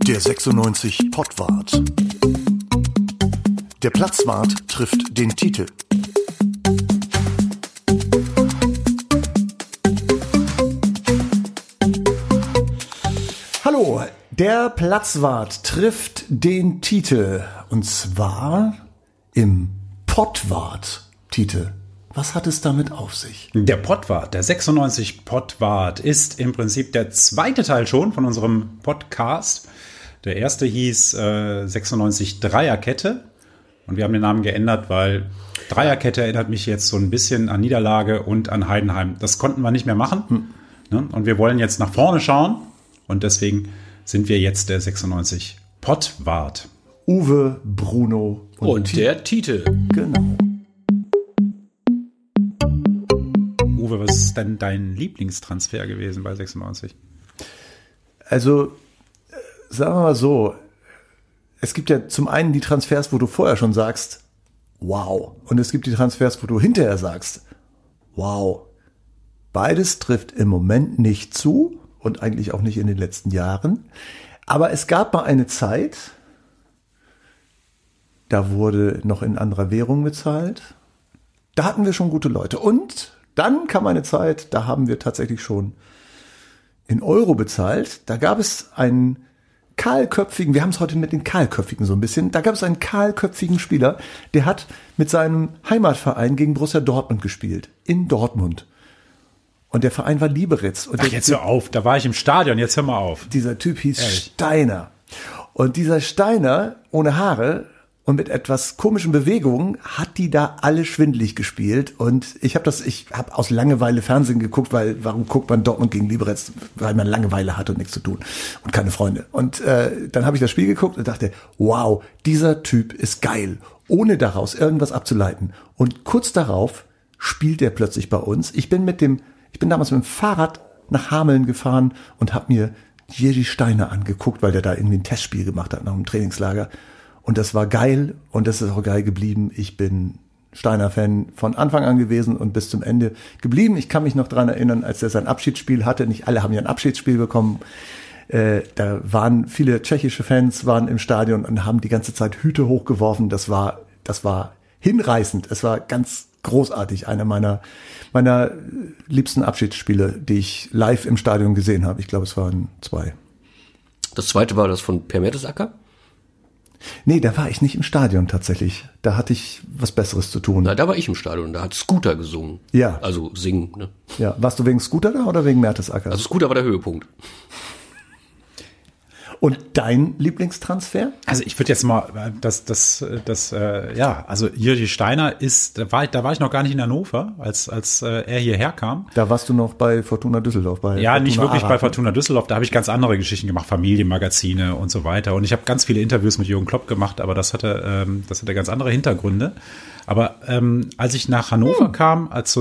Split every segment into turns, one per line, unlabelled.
Der 96 Pottwart. Der Platzwart trifft den Titel. Hallo, der Platzwart trifft den Titel. Und zwar im Pottwart-Titel. Was hat es damit auf sich?
Der Pottwart, der 96 Pottwart, ist im Prinzip der zweite Teil schon von unserem Podcast. Der erste hieß 96 Dreierkette. Und wir haben den Namen geändert, weil Dreierkette erinnert mich jetzt so ein bisschen an Niederlage und an Heidenheim. Das konnten wir nicht mehr machen. Ne? Und wir wollen jetzt nach vorne schauen. Und deswegen sind wir jetzt der 96 Pottwart.
Uwe, Bruno
und der Titel.
Genau.
Uwe, was ist denn dein Lieblingstransfer gewesen bei 96?
Also, sagen wir mal so, es gibt ja zum einen die Transfers, wo du vorher schon sagst, wow. Und es gibt die Transfers, wo du hinterher sagst, wow. Beides trifft im Moment nicht zu und eigentlich auch nicht in den letzten Jahren. Aber es gab mal eine Zeit, da wurde noch in anderer Währung bezahlt. Da hatten wir schon gute Leute. Und dann kam eine Zeit, da haben wir tatsächlich schon in Euro bezahlt. Da gab es einen kahlköpfigen, wir haben es heute mit den kahlköpfigen so ein bisschen, da gab es einen kahlköpfigen Spieler, der hat mit seinem Heimatverein gegen Borussia Dortmund gespielt. In Dortmund. Und der Verein war Liberec. Und
ach, jetzt hör auf, da war ich im Stadion, jetzt hör mal auf.
Dieser Typ hieß
Ehrlich?
Steiner. Und dieser Steiner, ohne Haare und mit etwas komischen Bewegungen, hat die da alle schwindelig gespielt. Und ich habe aus Langeweile Fernsehen geguckt, weil warum guckt man Dortmund gegen Liberec? Weil man Langeweile hat und nichts zu tun und keine Freunde. Und dann habe ich das Spiel geguckt und dachte, wow, dieser Typ ist geil, ohne daraus irgendwas abzuleiten. Und kurz darauf spielt er plötzlich bei uns. Ich bin damals mit dem Fahrrad nach Hameln gefahren und habe mir Jiří Steiner angeguckt, weil der da irgendwie ein Testspiel gemacht hat nach einem Trainingslager. Und das war geil und das ist auch geil geblieben. Ich bin Steiner-Fan von Anfang an gewesen und bis zum Ende geblieben. Ich kann mich noch dran erinnern, als er sein Abschiedsspiel hatte. Nicht alle haben ja ein Abschiedsspiel bekommen. Da waren viele tschechische Fans waren im Stadion und haben die ganze Zeit Hüte hochgeworfen. Das war hinreißend. Es war ganz großartig. Einer meiner liebsten Abschiedsspiele, die ich live im Stadion gesehen habe. Ich glaube, es waren 2.
Das zweite war das von Per Mertesacker?
Nee, da war ich nicht im Stadion tatsächlich. Da hatte ich was Besseres zu tun.
Na, da war ich im Stadion, da hat Scooter gesungen.
Ja.
Also singen, ne?
Ja, warst du wegen Scooter da oder wegen Mertesacker?
Also Scooter war der Höhepunkt.
Und dein Lieblingstransfer?
Also ich würde jetzt mal, also Jiří Steiner da war ich noch gar nicht in Hannover, als er hierher kam.
Da warst du noch bei Fortuna Düsseldorf.
Nicht wirklich bei Fortuna Düsseldorf, da habe ich ganz andere Geschichten gemacht, Familienmagazine und so weiter. Und ich habe ganz viele Interviews mit Jürgen Klopp gemacht, aber das hatte ganz andere Hintergründe. Aber als ich nach Hannover kam, als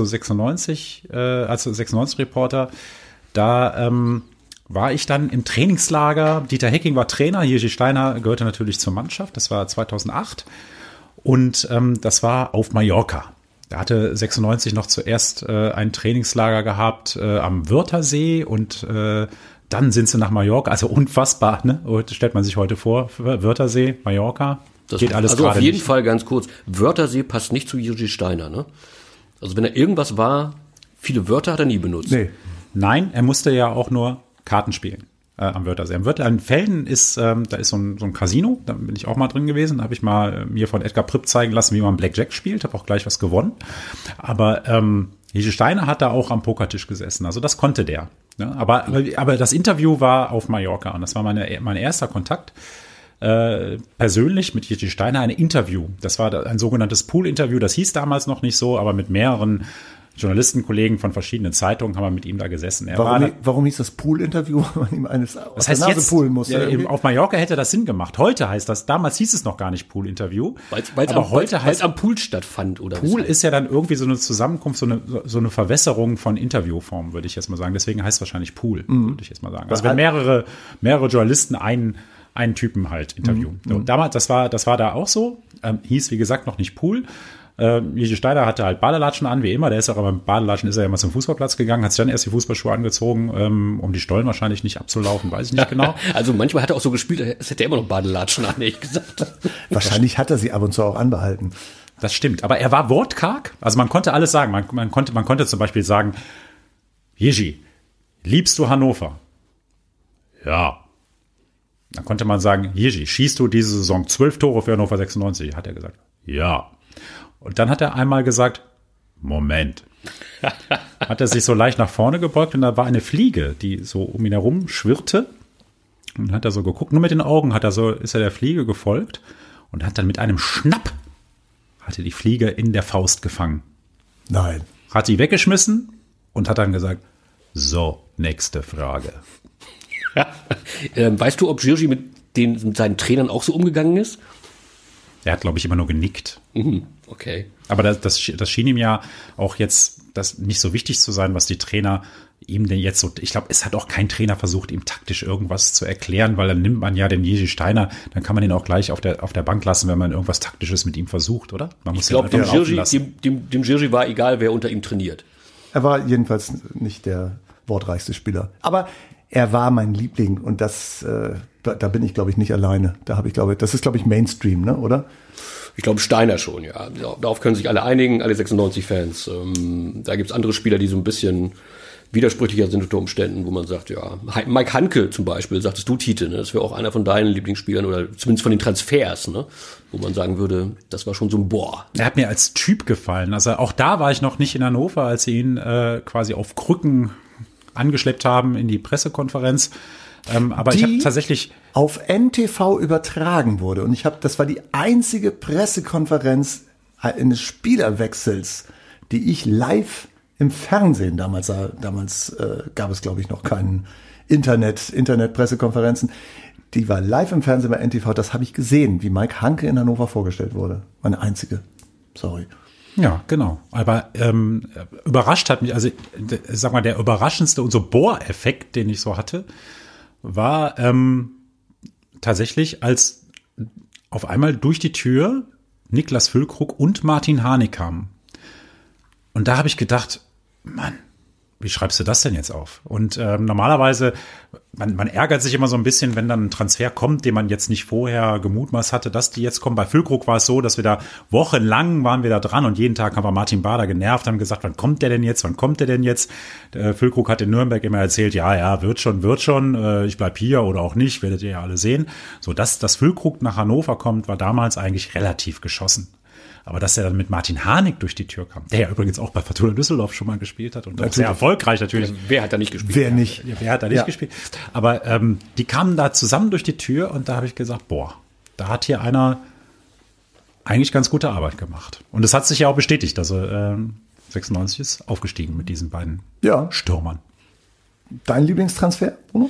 96-Reporter, da war ich dann im Trainingslager. Dieter Hecking war Trainer, Jiří Steiner gehörte natürlich zur Mannschaft. Das war 2008 und das war auf Mallorca. Da hatte 96 noch zuerst ein Trainingslager gehabt am Wörthersee und dann sind sie nach Mallorca. Also unfassbar, ne? Stellt man sich heute vor, Wörthersee, Mallorca.
Das
geht alles
also
gerade
auf jeden
nicht.
Fall ganz kurz. Wörthersee passt nicht zu Jiří Steiner, ne? Also wenn er irgendwas war, viele Wörter hat er nie benutzt.
Nee.
Nein, er musste ja auch nur Karten spielen am Wörthersee. Am Felden ist so ein Casino, da bin ich auch mal drin gewesen, da habe ich mal mir von Edgar Pripp zeigen lassen, wie man Blackjack spielt, habe auch gleich was gewonnen. Aber Jiří Steiner hat da auch am Pokertisch gesessen, also das konnte der. Ne? Aber das Interview war auf Mallorca und das war mein erster Kontakt persönlich mit Jiří Steiner, ein Interview. Das war ein sogenanntes Pool-Interview, das hieß damals noch nicht so, aber mit mehreren Journalistenkollegen von verschiedenen Zeitungen haben wir mit ihm da gesessen.
Warum hieß das Pool-Interview, wenn man ihm eines aus der Nase poolen musste?
Auf Mallorca hätte das Sinn gemacht. Heute heißt das, damals hieß es noch gar nicht Pool-Interview.
Weil es am Pool stattfand, oder?
Pool ist ja dann irgendwie so eine Zusammenkunft, so eine Verwässerung von Interviewformen, würde ich jetzt mal sagen. Deswegen heißt es wahrscheinlich Pool, würde ich jetzt mal sagen. Also wenn mehrere Journalisten einen Typen halt interviewen. Und damals, das war da auch so, hieß wie gesagt noch nicht Pool. Jiri Steiner hatte halt Badelatschen an, wie immer. Der ist auch aber mit Badelatschen ist er immer zum Fußballplatz gegangen, hat sich dann erst die Fußballschuhe angezogen, um die Stollen wahrscheinlich nicht abzulaufen, weiß ich nicht genau.
Also manchmal hat er auch so gespielt, als hätte er immer noch Badelatschen an, ehrlich gesagt.
Wahrscheinlich hat er sie ab und zu auch anbehalten.
Das stimmt, aber er war wortkarg. Also man konnte alles sagen. Man konnte zum Beispiel sagen, Jiri, liebst du Hannover? Ja. Dann konnte man sagen, Jiri, schießt du diese Saison 12 Tore für Hannover 96? Hat er gesagt, ja. Und dann hat er einmal gesagt, Moment. Hat er sich so leicht nach vorne gebeugt und da war eine Fliege, die so um ihn herum schwirrte. Und dann hat er so geguckt, nur mit den Augen ist er der Fliege gefolgt und hat dann mit einem Schnapp hatte die Fliege in der Faust gefangen.
Nein.
Hat die weggeschmissen und hat dann gesagt, so, nächste Frage.
Weißt du, ob Jirgi mit seinen Trainern auch so umgegangen ist?
Er hat, glaube ich, immer nur genickt.
Okay.
Aber das schien ihm ja auch jetzt das nicht so wichtig zu sein, was die Trainer ihm denn jetzt so, ich glaube, es hat auch kein Trainer versucht, ihm taktisch irgendwas zu erklären, weil dann nimmt man ja den Jiri Steiner, dann kann man ihn auch gleich auf der Bank lassen, wenn man irgendwas Taktisches mit ihm versucht, oder? Man muss
ich glaube, dem Jirgi war egal, wer unter ihm trainiert.
Er war jedenfalls nicht der wortreichste Spieler. Aber er war mein Liebling und das, da bin ich, glaube ich, nicht alleine. Das ist, glaube ich, Mainstream, ne, oder?
Ich glaube, Steiner schon, ja. Darauf können sich alle einigen, alle 96-Fans. Da gibt's andere Spieler, die so ein bisschen widersprüchlicher sind unter Umständen, wo man sagt, ja, Mike Hanke zum Beispiel, sagtest du, Tite, ne? Das wäre auch einer von deinen Lieblingsspielern oder zumindest von den Transfers, ne? Wo man sagen würde, das war schon so ein Boah.
Er hat mir als Typ gefallen. Also auch da war ich noch nicht in Hannover, als sie ihn quasi auf Krücken angeschleppt haben in die Pressekonferenz. Aber ich habe tatsächlich
auf NTV übertragen wurde und das war die einzige Pressekonferenz eines Spielerwechsels, die ich live im Fernsehen damals gab es, glaube ich, noch keinen Internet-Pressekonferenzen. Die war live im Fernsehen bei NTV. Das habe ich gesehen, wie Mike Hanke in Hannover vorgestellt wurde. Meine einzige. Sorry.
Ja, genau. Aber überrascht hat mich, also sag mal, der überraschendste und so Bohreffekt, den ich so hatte, war tatsächlich, als auf einmal durch die Tür Niklas Füllkrug und Martin Harnik kamen. Und da habe ich gedacht, Mann, wie schreibst du das denn jetzt auf? Und normalerweise, man ärgert sich immer so ein bisschen, wenn dann ein Transfer kommt, den man jetzt nicht vorher gemutmaßt hatte, dass die jetzt kommen. Bei Füllkrug war es so, dass wir da wochenlang waren wir da dran und jeden Tag haben wir Martin Bader genervt, haben gesagt, wann kommt der denn jetzt? Der Füllkrug hat in Nürnberg immer erzählt, ja, wird schon, ich bleib hier oder auch nicht, werdet ihr ja alle sehen. So, dass Füllkrug nach Hannover kommt, war damals eigentlich relativ geschossen. Aber dass er dann mit Martin Harnik durch die Tür kam, der ja übrigens auch bei Fortuna Düsseldorf schon mal gespielt hat und auch sehr erfolgreich natürlich.
Wer hat da nicht gespielt?
Wer hat da nicht gespielt? Aber die kamen da zusammen durch die Tür und da habe ich gesagt, boah, da hat hier einer eigentlich ganz gute Arbeit gemacht. Und es hat sich ja auch bestätigt, also 96 ist aufgestiegen mit diesen beiden Stürmern.
Dein Lieblingstransfer, Bruno?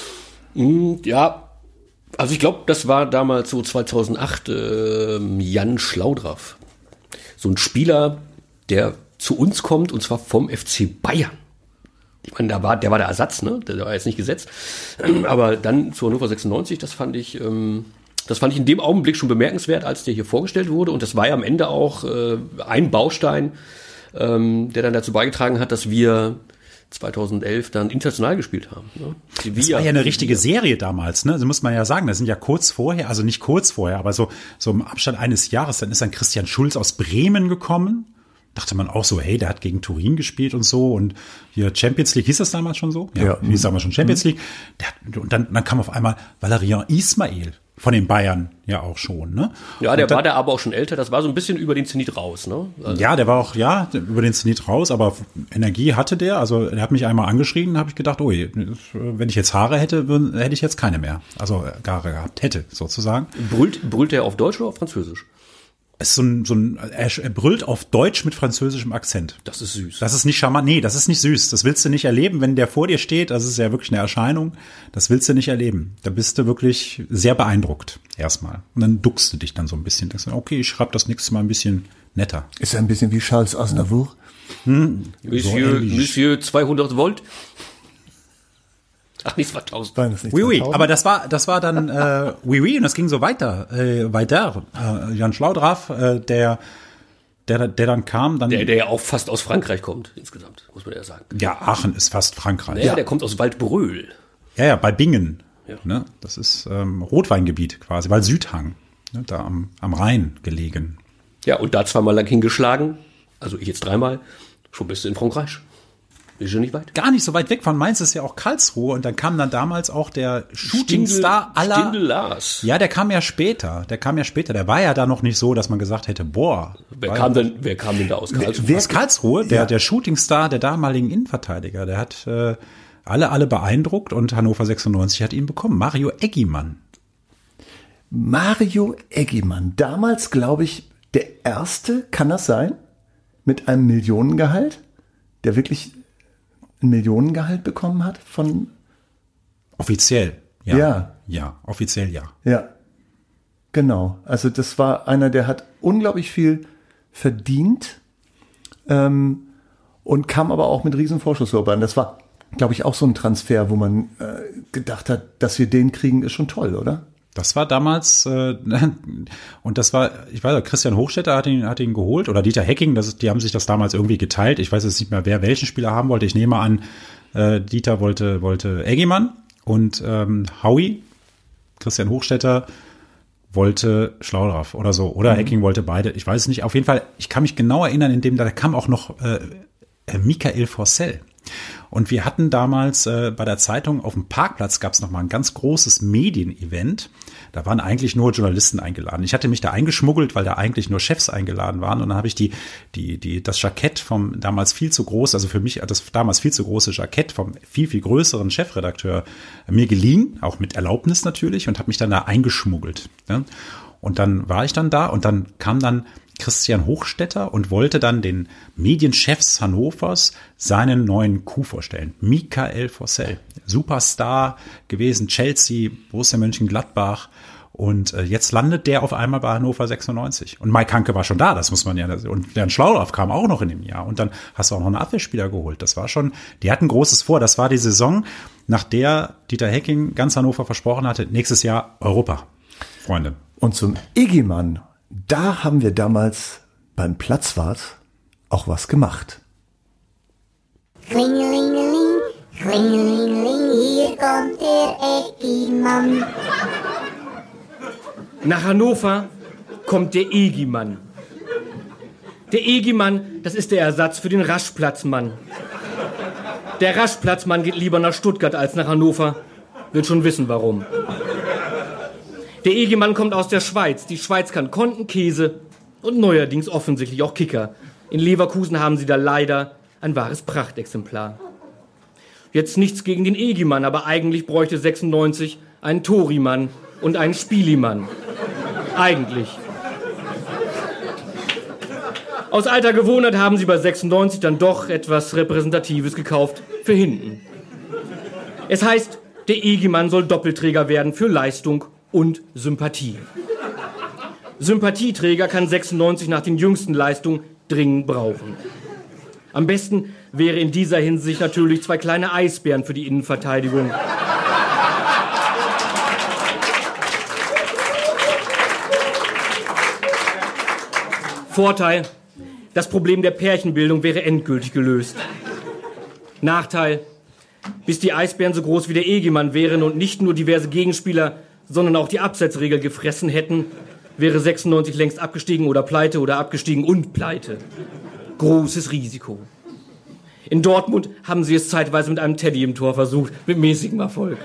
Ja, also ich glaube, das war damals so 2008 Jan Schlaudraff. So ein Spieler, der zu uns kommt, und zwar vom FC Bayern. Ich meine, der war der Ersatz, ne? Der war jetzt nicht gesetzt. Aber dann zu Hannover 96, das fand ich in dem Augenblick schon bemerkenswert, als der hier vorgestellt wurde. Und das war ja am Ende auch ein Baustein, der dann dazu beigetragen hat, dass wir 2011 dann international gespielt haben. Ne?
Das war ja eine richtige Serie damals, ne? Also muss man ja sagen, das sind ja kurz vorher, also nicht kurz vorher, aber so im Abstand eines Jahres, dann ist dann Christian Schulz aus Bremen gekommen. Dachte man auch so, hey, der hat gegen Turin gespielt und so und hier Champions League, hieß das damals schon so? Ja. Hieß damals schon Champions League. Und dann kam auf einmal Valerian Ismail von den Bayern ja auch schon, ne?
Ja, war da aber auch schon älter, das war so ein bisschen über den Zenit raus, ne? Also
ja, der war auch, über den Zenit raus, aber Energie hatte der, also er hat mich einmal angeschrien, habe ich gedacht, oh, wenn ich jetzt Haare hätte, hätte ich jetzt keine mehr, also Haare gehabt hätte, sozusagen.
Brüllt er auf Deutsch oder auf Französisch?
Es ist er brüllt auf Deutsch mit französischem Akzent.
Das ist süß.
Das ist nicht charmant. Nee, das ist nicht süß. Das willst du nicht erleben, wenn der vor dir steht. Das ist ja wirklich eine Erscheinung. Das willst du nicht erleben. Da bist du wirklich sehr beeindruckt. Erstmal. Und dann duckst du dich dann so ein bisschen. Denkst du, okay, ich schreibe das nächste Mal ein bisschen netter.
Ist er ein bisschen wie Charles Aznavour?
Monsieur 200 Volt. Ach, nicht 2000.
Nein, das ist nicht
Oui,
2000.
aber das war dann oui, und das ging so weiter. Jan Schlaudraff, der der dann kam. Dann
der ja auch fast aus Frankreich kommt, insgesamt, muss man ja sagen.
Ja, Aachen ist fast Frankreich.
Naja, der kommt aus Waldbröl.
Ja, bei Bingen.
Ja.
Ne? Das ist Rotweingebiet quasi, weil Südhang, ne? Da am Rhein gelegen.
Ja, und da zweimal lang hingeschlagen, also ich jetzt 3-mal, schon bist du in Frankreich. Ist schon nicht weit.
Gar nicht so weit weg von Mainz ist ja auch Karlsruhe und dann kam dann damals auch der Shootingstar aller.
Stindl Lars.
Ja, der kam ja später. Der war ja da noch nicht so, dass man gesagt hätte, boah.
Wer kam denn da aus Karlsruhe?
Aus Karlsruhe, der Shootingstar der damaligen Innenverteidiger, der hat alle beeindruckt und Hannover 96 hat ihn bekommen. Mario Eggimann.
Mario Eggimann, damals glaube ich der erste, kann das sein, mit einem Millionengehalt, der wirklich ein Millionengehalt bekommen hat von...
Offiziell, ja.
Ja.
Ja, offiziell ja.
Ja, genau. Also das war einer, der hat unglaublich viel verdient und kam aber auch mit riesen Vorschusslorbeeren. Das war, glaube ich, auch so ein Transfer, wo man gedacht hat, dass wir den kriegen, ist schon toll, oder?
Das war damals, und das war, ich weiß nicht, Christian Hochstetter hat ihn geholt, oder Dieter Hecking, die haben sich das damals irgendwie geteilt. Ich weiß jetzt nicht mehr, wer welchen Spieler haben wollte. Ich nehme an, Dieter wollte Eggimann und Howie, Christian Hochstetter, wollte Schlaudraff oder so. Oder Hecking wollte beide. Ich weiß es nicht. Auf jeden Fall, ich kann mich genau erinnern, da kam auch noch Michael Forssell. Und wir hatten damals bei der Zeitung auf dem Parkplatz gab es nochmal ein ganz großes Medienevent. Da waren eigentlich nur Journalisten eingeladen. Ich hatte mich da eingeschmuggelt, weil da eigentlich nur Chefs eingeladen waren. Und dann habe ich das Jackett vom damals viel zu groß, also für mich das damals viel zu große Jackett vom viel, viel größeren Chefredakteur mir geliehen, auch mit Erlaubnis natürlich, und habe mich dann da eingeschmuggelt. Ne? Und dann war ich dann da und dann kam dann Christian Hochstetter und wollte dann den Medienchefs Hannovers seinen neuen Coup vorstellen. Michael Forssell, Superstar gewesen, Chelsea, Borussia Mönchengladbach, und jetzt landet der auf einmal bei Hannover 96. Und Mike Hanke war schon da, das muss man ja, und Bernd Schlaudraff kam auch noch in dem Jahr. Und dann hast du auch noch einen Abwehrspieler geholt. Das war schon, die hatten Großes vor. Das war die Saison, nach der Dieter Hecking ganz Hannover versprochen hatte, nächstes Jahr Europa, Freunde.
Und zum Eggimann, da haben wir damals beim Platzwart auch was gemacht.
Klingelingeling, klingelingeling, hier kommt der Eggimann.
Nach Hannover kommt der Eggimann. Der Eggimann, das ist der Ersatz für den Raschplatzmann. Der Raschplatzmann geht lieber nach Stuttgart als nach Hannover. Wird schon wissen, warum. Der Eggimann kommt aus der Schweiz. Die Schweiz kann Konten, Käse und neuerdings offensichtlich auch Kicker. In Leverkusen haben sie da leider ein wahres Prachtexemplar. Jetzt nichts gegen den Eggimann, aber eigentlich bräuchte 96 einen Torimann und einen Spielimann. Eigentlich. Aus alter Gewohnheit haben sie bei 96 dann doch etwas Repräsentatives gekauft für hinten. Es heißt, der Eggimann soll Doppelträger werden für Leistung und Sympathie. Sympathieträger kann 96 nach den jüngsten Leistungen dringend brauchen. Am besten wäre in dieser Hinsicht natürlich 2 kleine Eisbären für die Innenverteidigung. Vorteil: Das Problem der Pärchenbildung wäre endgültig gelöst. Nachteil: Bis die Eisbären so groß wie der Eggimann wären und nicht nur diverse Gegenspieler, sondern auch die Absetzregel gefressen hätten, wäre 96 längst abgestiegen oder pleite oder abgestiegen und pleite. Großes Risiko. In Dortmund haben sie es zeitweise mit einem Teddy im Tor versucht, mit mäßigem Erfolg.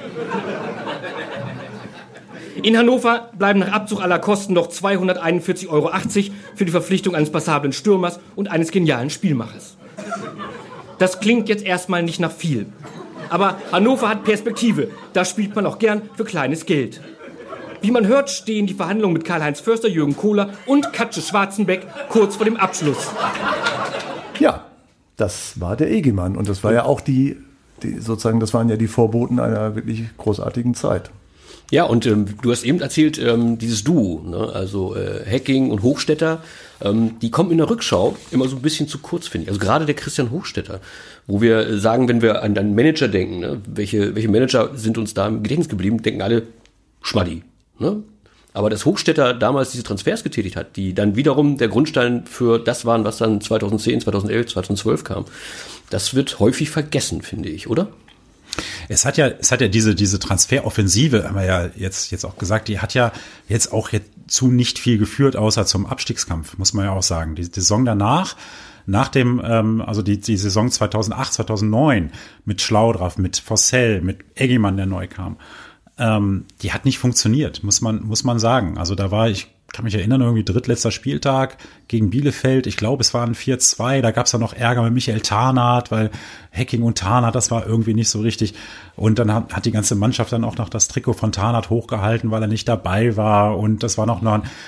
In Hannover bleiben nach Abzug aller Kosten noch 241,80 € für die Verpflichtung eines passablen Stürmers und eines genialen Spielmachers. Das klingt jetzt erstmal nicht nach viel. Aber Hannover hat Perspektive. Da spielt man auch gern für kleines Geld. Wie man hört, stehen die Verhandlungen mit Karl-Heinz Förster, Jürgen Kohler und Katze Schwarzenbeck kurz vor dem Abschluss.
Ja, das war der Eggimann. Und das war ja auch sozusagen, das waren ja die Vorboten einer wirklich großartigen Zeit.
Ja, und du hast eben erzählt, dieses Duo, ne? Also Hecking und Hochstetter, die kommen in der Rückschau immer so ein bisschen zu kurz, finde ich. Also gerade der Christian Hochstetter, wo wir sagen, wenn wir an einen Manager denken, ne? welche Manager sind uns da im Gedächtnis geblieben, denken alle Schmaddi. Ne? Aber dass Hochstetter damals diese Transfers getätigt hat, die dann wiederum der Grundstein für das waren, was dann 2010, 2011, 2012 kam, das wird häufig vergessen, finde ich, oder?
Es hat ja diese Transferoffensive, haben wir ja jetzt auch gesagt, die hat ja jetzt auch zu nicht viel geführt, außer zum Abstiegskampf, muss man ja auch sagen. Die Saison danach, nach dem, also die Saison 2008, 2009 mit Schlaudraff, mit Vossell, mit Eggimann, der neu kam, die hat nicht funktioniert, muss man sagen. Also da war ich kann mich erinnern, irgendwie drittletzter Spieltag gegen Bielefeld. Ich glaube, es war ein 4-2. Da gab es dann noch Ärger mit Michael Tarnath, weil Hecking und Tarnath, das war irgendwie nicht so richtig. Und dann hat die ganze Mannschaft dann auch noch das Trikot von Tarnath hochgehalten, weil er nicht dabei war. Und das war noch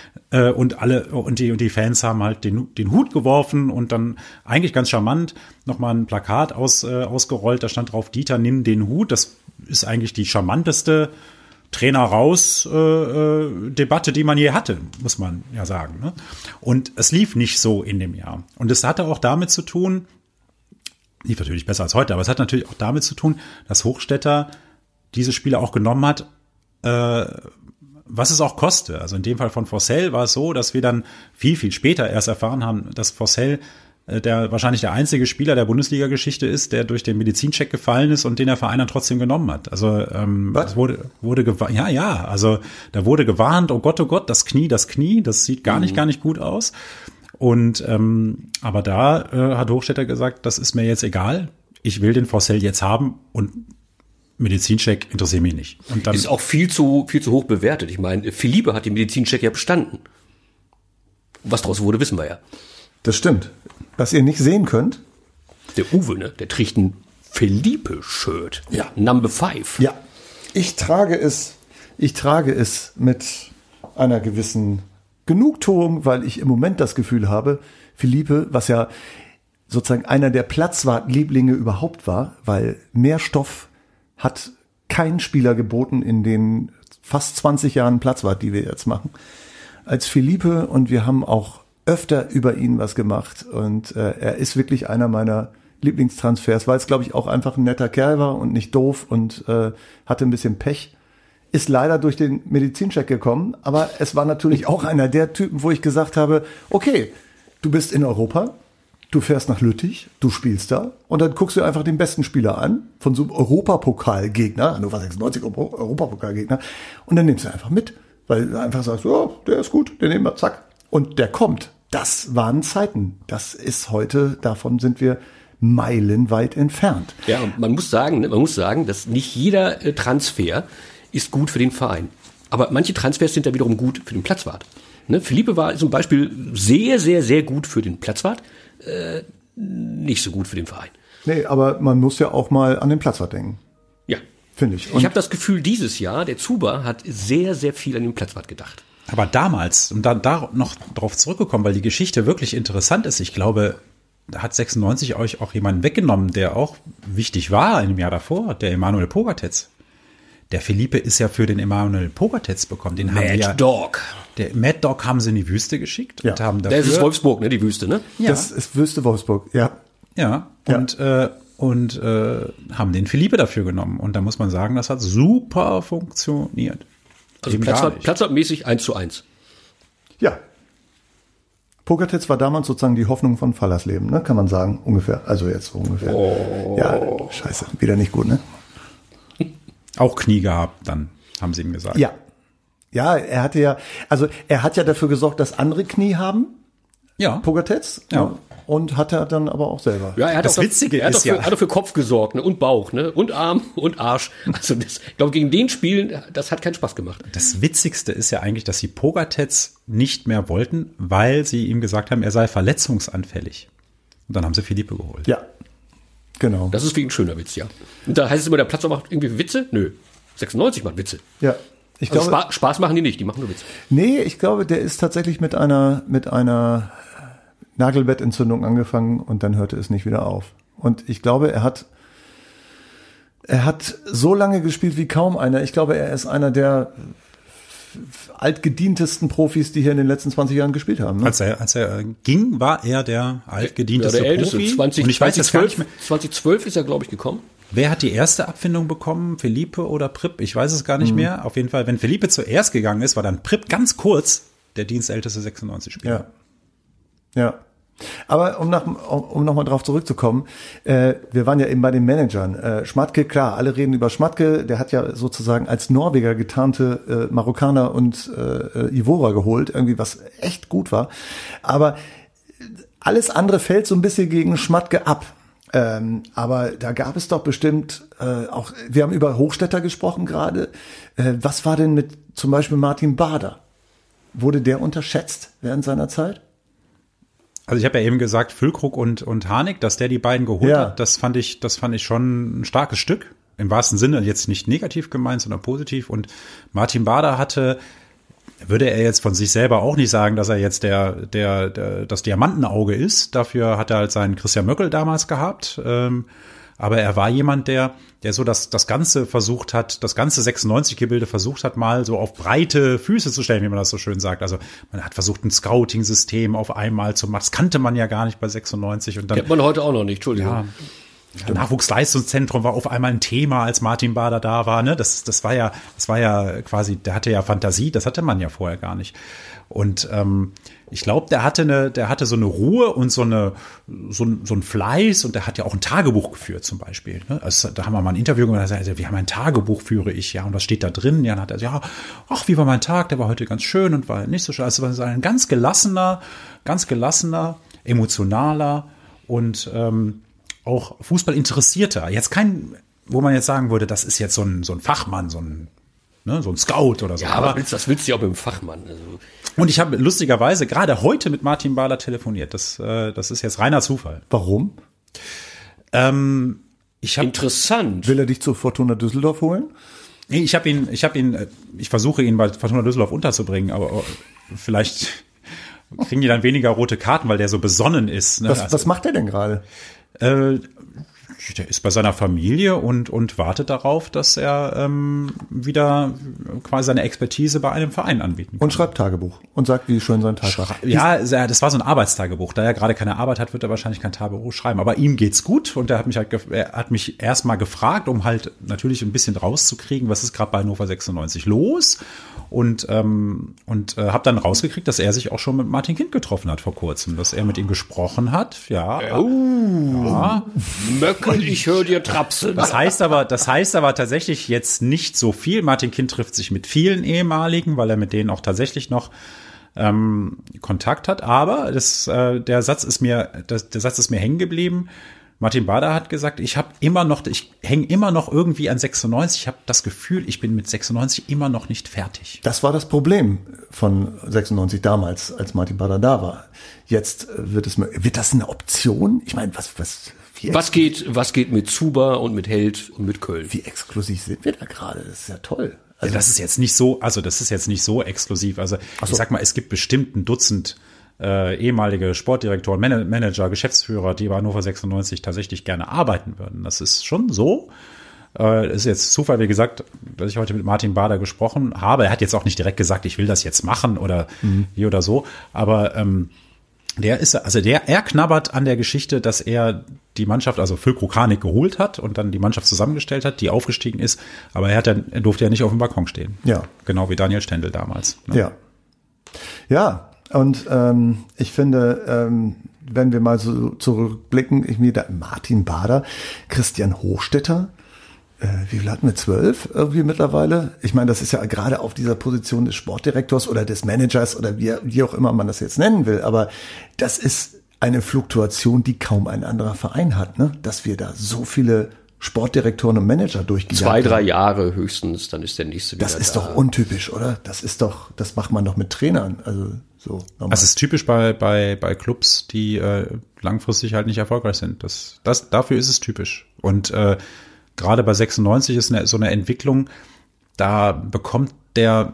die Fans haben halt den Hut geworfen und dann eigentlich ganz charmant nochmal ein Plakat ausgerollt. Da stand drauf: Dieter, nimm den Hut. Das ist eigentlich die charmanteste Trainer raus Debatte, die man je hatte, muss man ja sagen. Ne? Und es lief nicht so in dem Jahr. Und es hatte auch damit zu tun, lief natürlich besser als heute, aber es hat natürlich auch damit zu tun, dass Hochstetter diese Spiele auch genommen hat, was es auch koste. Also in dem Fall von Vossell war es so, dass wir dann viel, viel später erst erfahren haben, dass Vossell wahrscheinlich der einzige Spieler der Bundesliga-Geschichte ist, der durch den Medizincheck gefallen ist und den der Verein dann trotzdem genommen hat. Also es wurde gewarnt, also da wurde gewarnt, oh Gott, das Knie, das sieht gar nicht gut aus. Und aber da hat Hochstetter gesagt, das ist mir jetzt egal, ich will den Vossell jetzt haben und Medizincheck interessiert mich nicht. Und dann
ist auch viel zu hoch bewertet. Ich meine, Philippe hat den Medizincheck ja bestanden. Was draus wurde, wissen wir ja.
Das stimmt. Was ihr nicht sehen könnt.
Der Uwe, ne? Der trägt ein Felipe-Shirt. Ja. Number 5.
Ja. Ich trage es mit einer gewissen Genugtuung, weil ich im Moment das Gefühl habe, Felipe, was ja sozusagen einer der Platzwartlieblinge überhaupt war, weil mehr Stoff hat kein Spieler geboten in den fast 20 Jahren Platzwart, die wir jetzt machen, als Felipe, und wir haben auch öfter über ihn was gemacht und er ist wirklich einer meiner Lieblingstransfers, weil es, glaube ich, auch einfach ein netter Kerl war und nicht doof und hatte ein bisschen Pech. Ist leider durch den Medizincheck gekommen, aber es war natürlich auch einer der Typen, wo ich gesagt habe, okay, du bist in Europa, du fährst nach Lüttich, du spielst da und dann guckst du einfach den besten Spieler an von so einem Europapokalgegner, Hannover 96 Europapokalgegner, und dann nimmst du einfach mit, weil du einfach sagst, oh, der ist gut, den nehmen wir, zack. Und der kommt. Das waren Zeiten. Das ist heute, davon sind wir meilenweit entfernt.
Ja, und man muss sagen, dass nicht jeder Transfer ist gut für den Verein. Aber manche Transfers sind ja wiederum gut für den Platzwart. Ne? Felipe war zum Beispiel sehr, sehr, sehr gut für den Platzwart, nicht so gut für den Verein.
Nee, aber man muss ja auch mal an den Platzwart denken.
Ja.
Finde ich. Und
ich habe das Gefühl, dieses Jahr, der Zuber hat sehr, sehr viel an den Platzwart gedacht.
Aber damals, um dann da noch drauf zurückgekommen, weil die Geschichte wirklich interessant ist, ich glaube, da hat 96 euch auch jemanden weggenommen, der auch wichtig war im Jahr davor, der Emanuel Pogatetz. Der Felipe ist ja für den Emanuel Pogatetz bekommen. Den haben
Mad Dog.
Der Mad Dog haben sie in die Wüste geschickt.
Ja.
Und haben dafür,
das ist Wolfsburg, ne, die Wüste, ne?
Ja. Das ist Wüste Wolfsburg, ja.
Ja, und haben den Felipe dafür genommen. Und da muss man sagen, das hat super funktioniert.
Also platzwartmäßig 1:1.
Ja. Pogatetz war damals sozusagen die Hoffnung von Fallersleben, ne? Kann man sagen, ungefähr. Also jetzt so ungefähr.
Oh.
Ja, scheiße, wieder nicht gut, ne?
Auch Knie gehabt, dann haben sie ihm gesagt.
Ja. Ja, er hat ja dafür gesorgt, dass andere Knie haben. Ja. Pogatetz.
Ja.
Ne? Und hat er dann aber auch selber.
Ja, er hat
das Witzige ist ja,
hat für Kopf gesorgt, ne? Und Bauch, ne? Und Arm und Arsch. Also ich glaube, gegen den Spielen, das hat keinen Spaß gemacht.
Das Witzigste ist ja eigentlich, dass sie Pogatetz nicht mehr wollten, weil sie ihm gesagt haben, er sei verletzungsanfällig. Und dann haben sie Felipe geholt.
Ja, genau.
Das ist wie ein schöner Witz, ja. Und da heißt es immer, der Platz macht irgendwie Witze? Nö. 96 macht Witze.
Ja. Ich glaube,
Spaß machen die nicht, die machen nur Witze.
Nee, ich glaube, der ist tatsächlich mit einer Nagelbettentzündung angefangen und dann hörte es nicht wieder auf. Und ich glaube, er hat so lange gespielt wie kaum einer. Ich glaube, er ist einer der altgedientesten Profis, die hier in den letzten 20 Jahren gespielt haben. Ne?
Als er ging, war er der altgedienteste
der älteste.
Profi.
2012 ist er, glaube ich, gekommen.
Wer hat die erste Abfindung bekommen? Felipe oder Pripp? Ich weiß es gar nicht mehr. Auf jeden Fall, wenn Felipe zuerst gegangen ist, war dann Pripp ganz kurz der dienstälteste 96-Spieler.
Ja. Aber um nochmal drauf zurückzukommen, wir waren ja eben bei den Managern. Schmatke, klar, alle reden über Schmatke, der hat ja sozusagen als Norweger getarnte Marokkaner und Ivora geholt, irgendwie was echt gut war. Aber alles andere fällt so ein bisschen gegen Schmatke ab. Aber da gab es doch bestimmt auch, wir haben über Hochstädter gesprochen gerade. Was war denn mit zum Beispiel Martin Bader? Wurde der unterschätzt während seiner Zeit?
Also ich habe ja eben gesagt, Füllkrug und Harnik, dass der die beiden geholt hat, das fand ich schon ein starkes Stück. Im wahrsten Sinne, jetzt nicht negativ gemeint, sondern positiv. Und Martin Bader würde er jetzt von sich selber auch nicht sagen, dass er jetzt das Diamantenauge ist. Dafür hat er halt seinen Christian Möckel damals gehabt. Aber er war jemand, der so das Ganze versucht hat, das ganze 96-Gebilde versucht hat, mal so auf breite Füße zu stellen, wie man das so schön sagt. Also man hat versucht, ein Scouting-System auf einmal zu machen. Das kannte man ja gar nicht bei 96. Und dann
kennt man heute auch noch nicht, Entschuldigung.
Ja, Nachwuchsleistungszentrum war auf einmal ein Thema, als Martin Bader da war. Ne? Das war ja quasi, der hatte ja Fantasie, das hatte man ja vorher gar nicht. Und ich glaube, der hatte so eine Ruhe und so ein Fleiß, und der hat ja auch ein Tagebuch geführt zum Beispiel. Ne? Also, da haben wir mal ein Interview gemacht, also, wir haben ein Tagebuch, führe ich, ja, und was steht da drin? Ja, dann hat er, ach, wie war mein Tag? Der war heute ganz schön und war nicht so schön. Also, es war ein ganz gelassener, emotionaler und auch Fußball interessierter. Jetzt kein, wo man jetzt sagen würde, das ist jetzt so ein Fachmann, so ein Scout oder so.
Ja, aber das willst du ja auch mit dem Fachmann. Also.
Und ich habe lustigerweise gerade heute mit Martin Bader telefoniert. Das ist jetzt reiner Zufall.
Warum?
Interessant.
Will er dich zu Fortuna Düsseldorf holen?
Nee, ich versuche ihn bei Fortuna Düsseldorf unterzubringen, aber vielleicht kriegen die dann weniger rote Karten, weil der so besonnen ist. Ne?
Was macht er denn gerade?
Der ist bei seiner Familie und wartet darauf, dass er wieder quasi seine Expertise bei einem Verein anbieten kann.
Und schreibt Tagebuch und sagt, wie schön sein Tag war.
Ja, das war so ein Arbeitstagebuch. Da er gerade keine Arbeit hat, wird er wahrscheinlich kein Tagebuch schreiben. Aber ihm geht's gut, und er hat mich erstmal gefragt, um halt natürlich ein bisschen rauszukriegen, was ist gerade bei Hannover 96 los, und habe dann rausgekriegt, dass er sich auch schon mit Martin Kind getroffen hat vor kurzem, dass er mit ihm gesprochen hat. Ja. Ja.
Möckel, ich höre dir trapsen.
Das heißt aber tatsächlich jetzt nicht so viel. Martin Kind trifft sich mit vielen Ehemaligen, weil er mit denen auch tatsächlich noch Kontakt hat. Aber der Satz ist mir hängen geblieben. Martin Bader hat gesagt, ich hänge immer noch irgendwie an 96. Ich habe das Gefühl, ich bin mit 96 immer noch nicht fertig.
Das war das Problem von 96 damals, als Martin Bader da war. Jetzt wird das eine Option? Ich meine,
was geht mit Zuba und mit Held und mit Köln?
Wie exklusiv sind wir da gerade? Das ist ja toll.
Also, das ist jetzt nicht so exklusiv. Also ich sag mal, es gibt bestimmt ein Dutzend ehemalige Sportdirektoren, Manager, Geschäftsführer, die bei Hannover 96 tatsächlich gerne arbeiten würden. Das ist schon so. Es ist jetzt Zufall, wie gesagt, dass ich heute mit Martin Bader gesprochen habe. Er hat jetzt auch nicht direkt gesagt, ich will das jetzt machen oder wie oder so. Aber er knabbert an der Geschichte, dass er die Mannschaft, also Füllkrug Harnik, geholt hat und dann die Mannschaft zusammengestellt hat, die aufgestiegen ist. Aber er durfte ja nicht auf dem Balkon stehen. Ja. Genau wie Daniel Stendel damals. Ne?
Ja. Ja. Und ich finde, wenn wir mal so zurückblicken, Martin Bader, Christian Hochstädter, wie viel hatten wir? 12 irgendwie mittlerweile? Ich meine, das ist ja gerade auf dieser Position des Sportdirektors oder des Managers oder wie auch immer man das jetzt nennen will. Aber das ist eine Fluktuation, die kaum ein anderer Verein hat, ne? Dass wir da so viele Sportdirektoren und Manager durchgejagt haben.
2-3 Jahre höchstens, dann ist der nächste wieder da.
Das ist doch untypisch, oder? Das macht man doch mit Trainern. Also so normal.
Das ist typisch bei Clubs, die langfristig halt nicht erfolgreich sind. Dafür ist es typisch. Und gerade bei 96 ist so eine Entwicklung, da bekommt der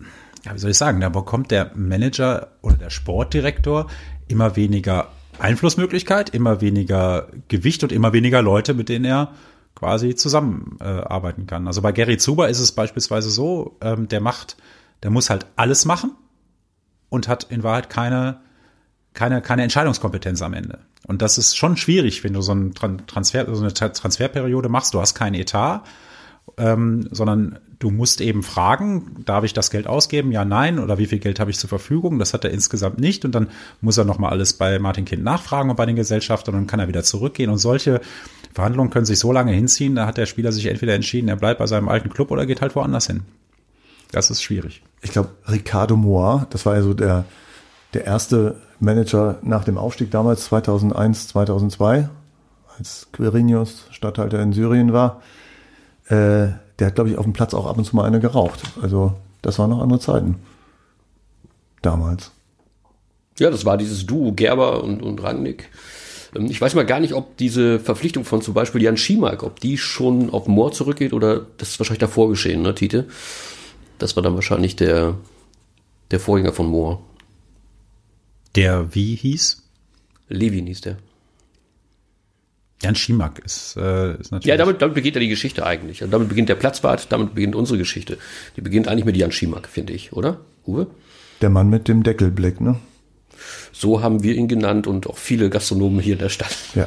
Manager oder der Sportdirektor immer weniger Einflussmöglichkeit, immer weniger Gewicht und immer weniger Leute, mit denen er quasi zusammenarbeiten kann. Also bei Gary Zuber ist es beispielsweise so, der muss halt alles machen und hat in Wahrheit keine keine Entscheidungskompetenz am Ende. Und das ist schon schwierig, wenn du so eine Transferperiode machst. Du hast keinen Etat, sondern du musst eben fragen, darf ich das Geld ausgeben? Ja, nein. Oder wie viel Geld habe ich zur Verfügung? Das hat er insgesamt nicht. Und dann muss er nochmal alles bei Martin Kind nachfragen und bei den Gesellschaftern. Und dann kann er wieder zurückgehen. Und solche Verhandlungen können sich so lange hinziehen, da hat der Spieler sich entweder entschieden, er bleibt bei seinem alten Club oder geht halt woanders hin. Das ist schwierig.
Ich glaube, Ricardo Moir, das war ja so der erste Manager nach dem Aufstieg damals 2001, 2002, als Quirinius Statthalter in Syrien war. Der hat, glaube ich, auf dem Platz auch ab und zu mal eine geraucht. Also das waren noch andere Zeiten. Damals.
Ja, das war dieses Duo Gerber und Rangnick. Ich weiß mal gar nicht, ob diese Verpflichtung von zum Beispiel Jan Schimak, ob die schon auf Mohr zurückgeht oder das ist wahrscheinlich davor geschehen, ne, Tite? Das war dann wahrscheinlich der Vorgänger von Mohr.
Der wie hieß?
Levin hieß der.
Jan Schimak ist natürlich...
Ja, damit beginnt ja die Geschichte eigentlich. Also damit beginnt der Platzwart, damit beginnt unsere Geschichte. Die beginnt eigentlich mit Jan Schimak, finde ich, oder, Uwe?
Der Mann mit dem Deckelblick, ne?
So haben wir ihn genannt und auch viele Gastronomen hier in der Stadt.
Ja.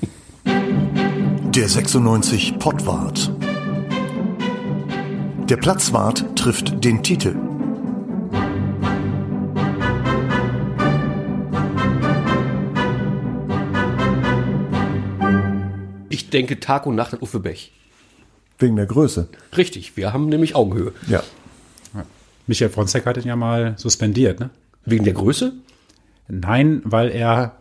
Der 96 Pottwart. Der Platzwart trifft den Titel.
Ich denke Tag und Nacht an Uffe Bech.
Wegen der Größe.
Richtig, wir haben nämlich Augenhöhe.
Ja.
Michael Fronzek hat ihn ja mal suspendiert, ne?
Wegen der Größe?
Nein, weil er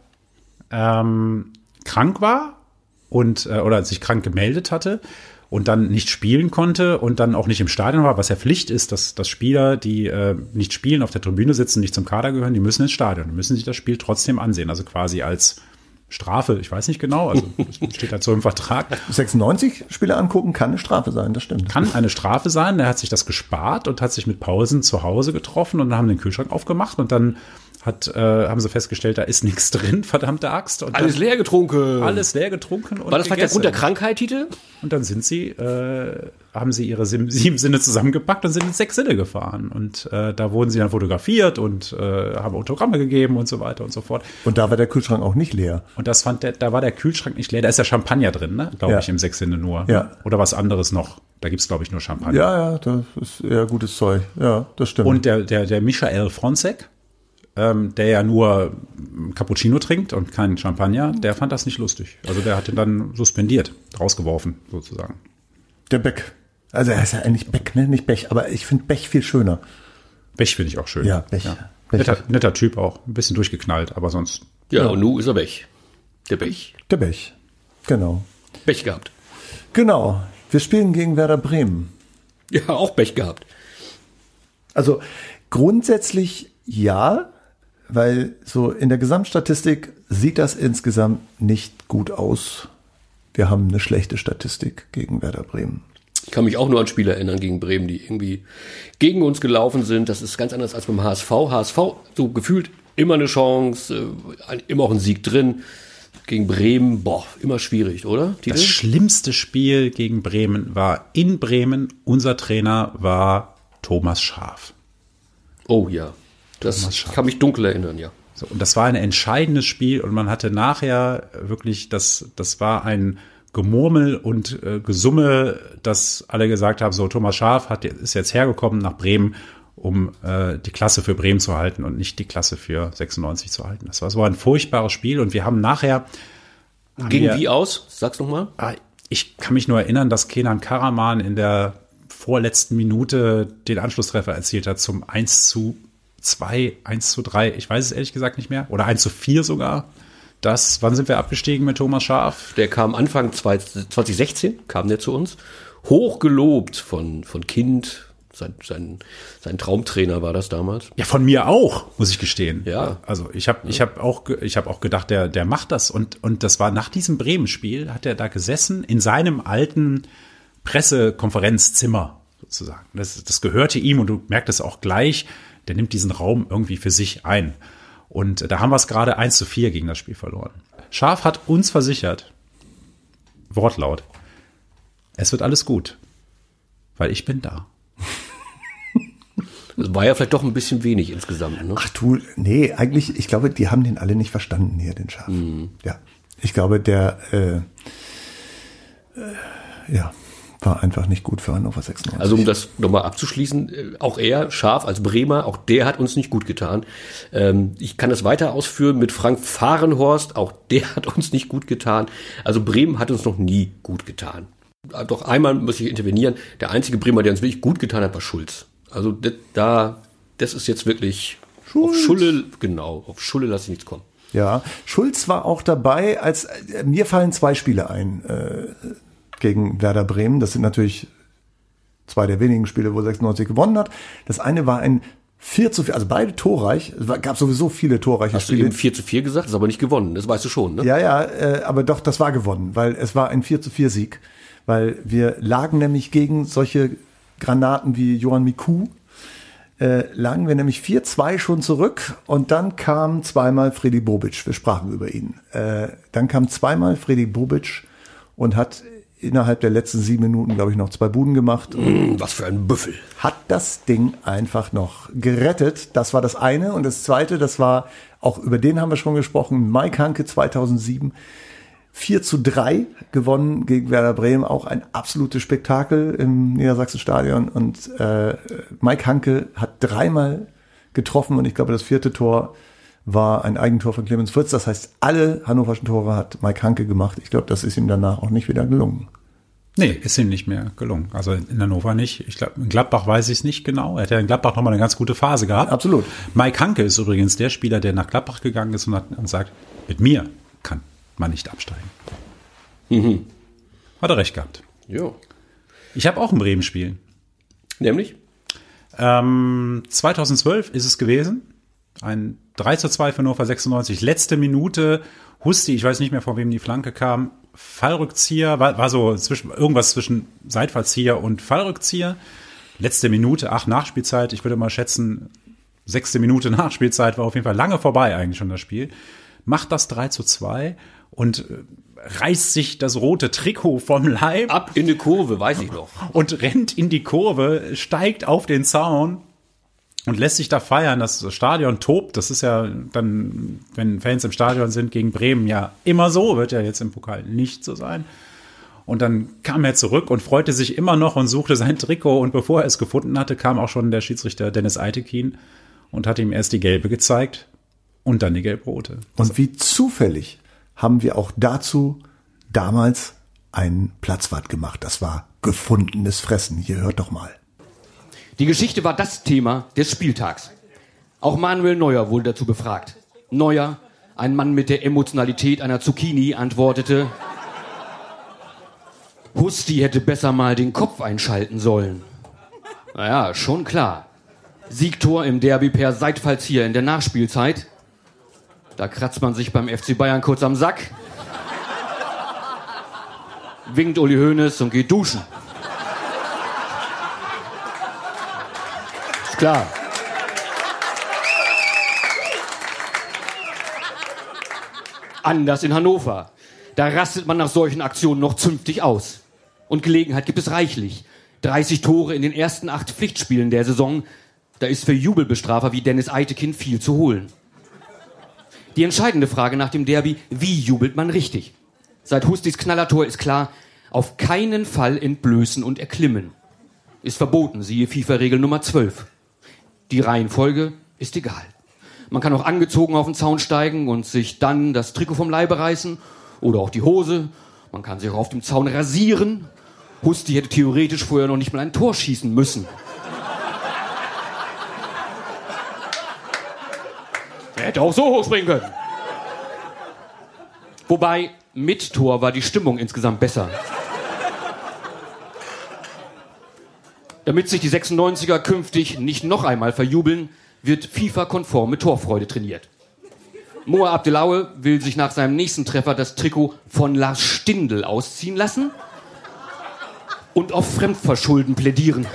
krank war und oder sich krank gemeldet hatte und dann nicht spielen konnte und dann auch nicht im Stadion war, was ja Pflicht ist, dass Spieler, die nicht spielen, auf der Tribüne sitzen, nicht zum Kader gehören, die müssen ins Stadion, die müssen sich das Spiel trotzdem ansehen, also quasi als Strafe, ich weiß nicht genau, also das steht dazu im Vertrag.
96 Spiele angucken kann eine Strafe sein, das stimmt.
Kann eine Strafe sein, der hat sich das gespart und hat sich mit Pausen zu Hause getroffen und dann haben den Kühlschrank aufgemacht und dann haben sie festgestellt, da ist nichts drin, verdammte Axt. Und
alles leer getrunken.
Alles leer getrunken und
war das
gegessen.
Der Grund der Krankheit, Tite?
Und dann haben sie ihre 7 Sinne zusammengepackt und sind ins 6 Sinne gefahren. Und da wurden sie dann fotografiert und haben Autogramme gegeben und so weiter und so fort.
Und da war der Kühlschrank auch nicht leer.
Und da war der Kühlschrank nicht leer. Da ist ja Champagner drin, ne? Glaube ich, im 6 Sinne nur.
Ja.
Oder was anderes noch. Da gibt's glaube ich, nur Champagner.
Ja, das ist eher gutes Zeug. Ja, das stimmt.
Und der Michael Fronzek, der ja nur Cappuccino trinkt und keinen Champagner, der fand das nicht lustig. Also der hat ihn dann suspendiert, rausgeworfen sozusagen.
Der Beck. Also er ist ja eigentlich Beck, ne? Nicht Bech, aber ich finde Bech viel schöner.
Bech finde ich auch schön.
Ja, Bech.
Ja.
Bech.
Netter Typ auch, ein bisschen durchgeknallt, aber sonst.
Ja, und nun ist er Bech. Der Bech.
Der Bech, genau.
Bech gehabt.
Genau, wir spielen gegen Werder Bremen.
Ja, auch Bech gehabt.
Also grundsätzlich ja, weil so in der Gesamtstatistik sieht das insgesamt nicht gut aus. Wir haben eine schlechte Statistik gegen Werder Bremen.
Ich kann mich auch nur an Spiele erinnern gegen Bremen, die irgendwie gegen uns gelaufen sind. Das ist ganz anders als beim HSV. HSV, so gefühlt immer eine Chance, immer auch ein Sieg drin. Gegen Bremen, immer schwierig, oder? Tite?
Das schlimmste Spiel gegen Bremen war in Bremen. Unser Trainer war Thomas Schaaf.
Oh ja, das kann mich dunkel erinnern, ja.
So, und das war ein entscheidendes Spiel und man hatte nachher wirklich, das war ein Gemurmel und Gesumme, dass alle gesagt haben, so Thomas Schaaf ist jetzt hergekommen nach Bremen, um die Klasse für Bremen zu halten und nicht die Klasse für 96 zu halten. Das war so ein furchtbares Spiel und wir haben nachher...
Gegen wie aus? Sag's noch mal.
Ich kann mich nur erinnern, dass Kenan Karaman in der vorletzten Minute den Anschlusstreffer erzielt hat zum 1:2, 1:3, ich weiß es ehrlich gesagt nicht mehr, oder 1:4 sogar. Wann sind wir abgestiegen mit Thomas Schaaf?
Der kam Anfang 2016, kam der zu uns, hochgelobt von Kind, sein Traumtrainer war das damals.
Ja, von mir auch, muss ich gestehen.
Ja.
Also ich hab auch gedacht, der macht das und das war nach diesem Bremen-Spiel, hat er da gesessen in seinem alten Pressekonferenzzimmer sozusagen. Das gehörte ihm und du merkst es auch gleich, der nimmt diesen Raum irgendwie für sich ein. Und da haben wir es gerade 1:4 gegen das Spiel verloren. Schaaf hat uns versichert, Wortlaut, es wird alles gut, weil ich bin da.
Das war ja vielleicht doch ein bisschen wenig insgesamt. Ne?
Ach du, nee, eigentlich, ich glaube, die haben den alle nicht verstanden hier, den Schaf. Ja, ich glaube, der war einfach nicht gut für Hannover 96.
Also um das nochmal abzuschließen, auch er, Schaf als Bremer, auch der hat uns nicht gut getan. Ich kann das weiter ausführen mit Frank Fahrenhorst, auch der hat uns nicht gut getan. Also Bremen hat uns noch nie gut getan. Doch einmal muss ich intervenieren, der einzige Bremer, der uns wirklich gut getan hat, war Schulz. Also das ist jetzt wirklich auf Schulle lasse ich nichts kommen.
Ja, Schulz war auch dabei, mir fallen 2 Spiele ein gegen Werder Bremen. Das sind natürlich 2 der wenigen Spiele, wo 96 gewonnen hat. Das eine war ein 4:4, also beide torreich. Es gab sowieso viele torreiche Spiele.
Hast du eben 4:4 gesagt? Das ist aber nicht gewonnen, das weißt du schon, ne?
Ja, aber doch, das war gewonnen, weil es war ein 4:4 Sieg. Weil wir lagen nämlich gegen solche Granaten wie Johann Miku, lagen wir nämlich 4:2 schon zurück und dann kam zweimal Fredi Bobic, wir sprachen über ihn. Dann kam zweimal Fredi Bobic und hat innerhalb der letzten 7 Minuten, glaube ich, noch 2 Buden gemacht.
Was für ein Büffel.
Hat das Ding einfach noch gerettet. Das war das eine. Und das zweite, das war, auch über den haben wir schon gesprochen, Mike Hanke 2007. 4:3 gewonnen gegen Werder Bremen, auch ein absolutes Spektakel im Niedersachsen-Stadion. Und Mike Hanke hat 3-mal getroffen und ich glaube, das 4. Tor war ein Eigentor von Clemens Fritz. Das heißt, alle hannoverschen Tore hat Mike Hanke gemacht. Ich glaube, das ist ihm danach auch nicht wieder gelungen.
Nee, ist ihm nicht mehr gelungen. Also in Hannover nicht. Ich glaube, in Gladbach weiß ich es nicht genau. Er hat ja in Gladbach nochmal eine ganz gute Phase gehabt.
Absolut.
Mike Hanke ist übrigens der Spieler, der nach Gladbach gegangen ist und sagt, mit mir kann man nicht absteigen. Hat er recht gehabt.
Jo.
Ich habe auch ein Bremen-Spiel.
Nämlich?
2012 ist es gewesen. Ein 3:2 für Hannover 96. Letzte Minute. Husti, ich weiß nicht mehr, von wem die Flanke kam. Fallrückzieher, war so irgendwas zwischen Seitfallzieher und Fallrückzieher. Letzte Minute, Nachspielzeit. Ich würde mal schätzen, 6. Minute Nachspielzeit war auf jeden Fall lange vorbei eigentlich schon das Spiel. Macht das 3:2 und reißt sich das rote Trikot vom Leib.
Ab in die Kurve, weiß ich noch.
Und rennt in die Kurve, steigt auf den Zaun und lässt sich da feiern. Das Stadion tobt. Das ist ja dann, wenn Fans im Stadion sind gegen Bremen, ja immer so. Wird ja jetzt im Pokal nicht so sein. Und dann kam er zurück und freute sich immer noch und suchte sein Trikot. Und bevor er es gefunden hatte, kam auch schon der Schiedsrichter Dennis Eitekin und hat ihm erst die gelbe gezeigt und dann die gelb-rote.
Und wie zufällig haben wir auch dazu damals einen Platzwart gemacht. Das war gefundenes Fressen. Hier, hört doch mal.
Die Geschichte war das Thema des Spieltags. Auch Manuel Neuer wurde dazu befragt. Neuer, ein Mann mit der Emotionalität einer Zucchini, antwortete: Husti hätte besser mal den Kopf einschalten sollen. Naja, schon klar. Siegtor im Derby per Seitfallzieher in der Nachspielzeit. Da kratzt man sich beim FC Bayern kurz am Sack, winkt Uli Hoeneß und geht duschen. Ist klar. Anders in Hannover. Da rastet man nach solchen Aktionen noch zünftig aus. Und Gelegenheit gibt es reichlich. 30 Tore in den ersten 8 Pflichtspielen der Saison. Da ist für Jubelbestrafer wie Dennis Eitekin viel zu holen. Die entscheidende Frage nach dem Derby: Wie jubelt man richtig? Seit Hustis Knallertor ist klar: auf keinen Fall entblößen und erklimmen. Ist verboten, siehe FIFA-Regel Nummer 12. Die Reihenfolge ist egal. Man kann auch angezogen auf den Zaun steigen und sich dann das Trikot vom Leibe reißen oder auch die Hose. Man kann sich auch auf dem Zaun rasieren. Husti hätte theoretisch vorher noch nicht mal ein Tor schießen müssen. Er hätte auch so hochspringen können. Wobei, mit Tor war die Stimmung insgesamt besser. Damit sich die 96er künftig nicht noch einmal verjubeln, wird FIFA-konforme Torfreude trainiert. Moa Abdelaue will sich nach seinem nächsten Treffer das Trikot von Lars Stindl ausziehen lassen und auf Fremdverschulden plädieren.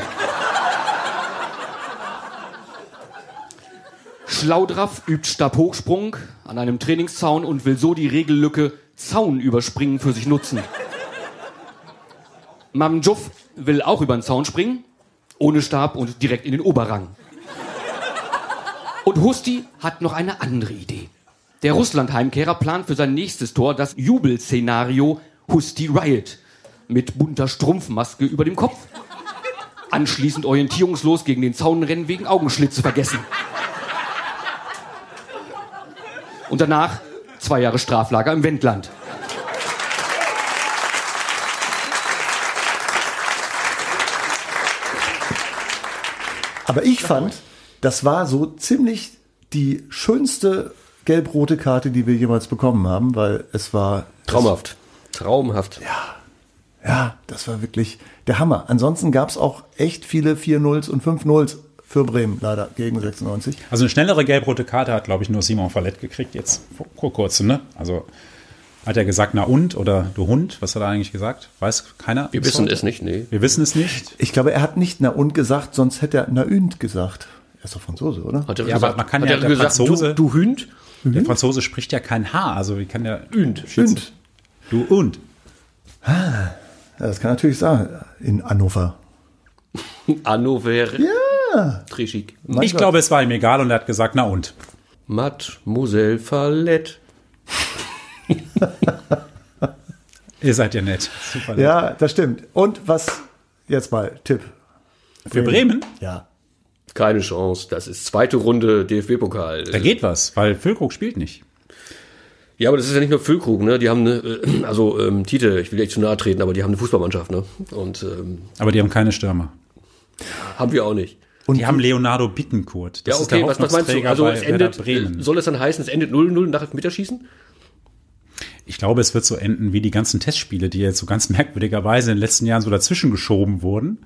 Schlaudraff übt Stabhochsprung an einem Trainingszaun und will so die Regellücke Zaun überspringen für sich nutzen. Mam Juff will auch über den Zaun springen, ohne Stab und direkt in den Oberrang.
Und Husti hat noch eine andere Idee. Der Russland-Heimkehrer plant für sein nächstes Tor das Jubelszenario Husti Riot mit bunter Strumpfmaske über dem Kopf. Anschließend orientierungslos gegen den Zaun rennen wegen Augenschlitze vergessen. Und danach 2 Jahre Straflager im Wendland.
Aber ich fand, das war so ziemlich die schönste gelb-rote Karte, die wir jemals bekommen haben, weil es war...
Traumhaft. Traumhaft.
Ja, das war wirklich der Hammer. Ansonsten gab es auch echt viele 4-0s und 5-0s für Bremen, leider, gegen 96.
Also eine schnellere gelb-rote Karte hat, glaube ich, nur Simon Fallett gekriegt, jetzt vor kurzem, ne? Also hat er gesagt, na und, oder du Hund, was hat er eigentlich gesagt? Weiß keiner?
Wir wissen es nicht, nee.
Wir wissen es nicht.
Ich glaube, er hat nicht na und gesagt, sonst hätte er na und gesagt. Er ist doch Franzose, oder?
Hat er
Ja,
gesagt,
aber man kann
hat
ja,
er
der
gesagt,
Franzose,
du Hünd?
der Franzose spricht ja kein H, also wie kann der
Hünd.
Hünd.
Du und.
Ja, das kann natürlich sein. In Hannover.
Hannover.
Ja.
Trischig.
Ich glaube, es war ihm egal und er hat gesagt, na und.
Mademoiselle Fallett.
Ihr seid ja nett. Super nett.
Ja, das stimmt. Und was, jetzt mal, Tipp.
Für Bremen?
Ja.
Keine Chance. Das ist 2. Runde DFB-Pokal.
Da geht was, weil Füllkrug spielt nicht.
Ja, aber das ist ja nicht nur Füllkrug, ne? Die haben Tite, ich will echt zu nahe treten, aber die haben eine Fußballmannschaft, ne? Und
Aber die haben keine Stürmer.
haben wir auch nicht.
Und
Die haben Leonardo Bittencourt. Das
Ja,
ist der
okay, was meinst du?
Hoffnungsträger
Also
bei
es
Werder
endet,
Bremen.
soll es dann heißen, es endet 0-0 nach Elfmeterschießen?
Ich glaube, es wird so enden wie die ganzen Testspiele, die jetzt so ganz merkwürdigerweise in den letzten Jahren so dazwischen geschoben wurden.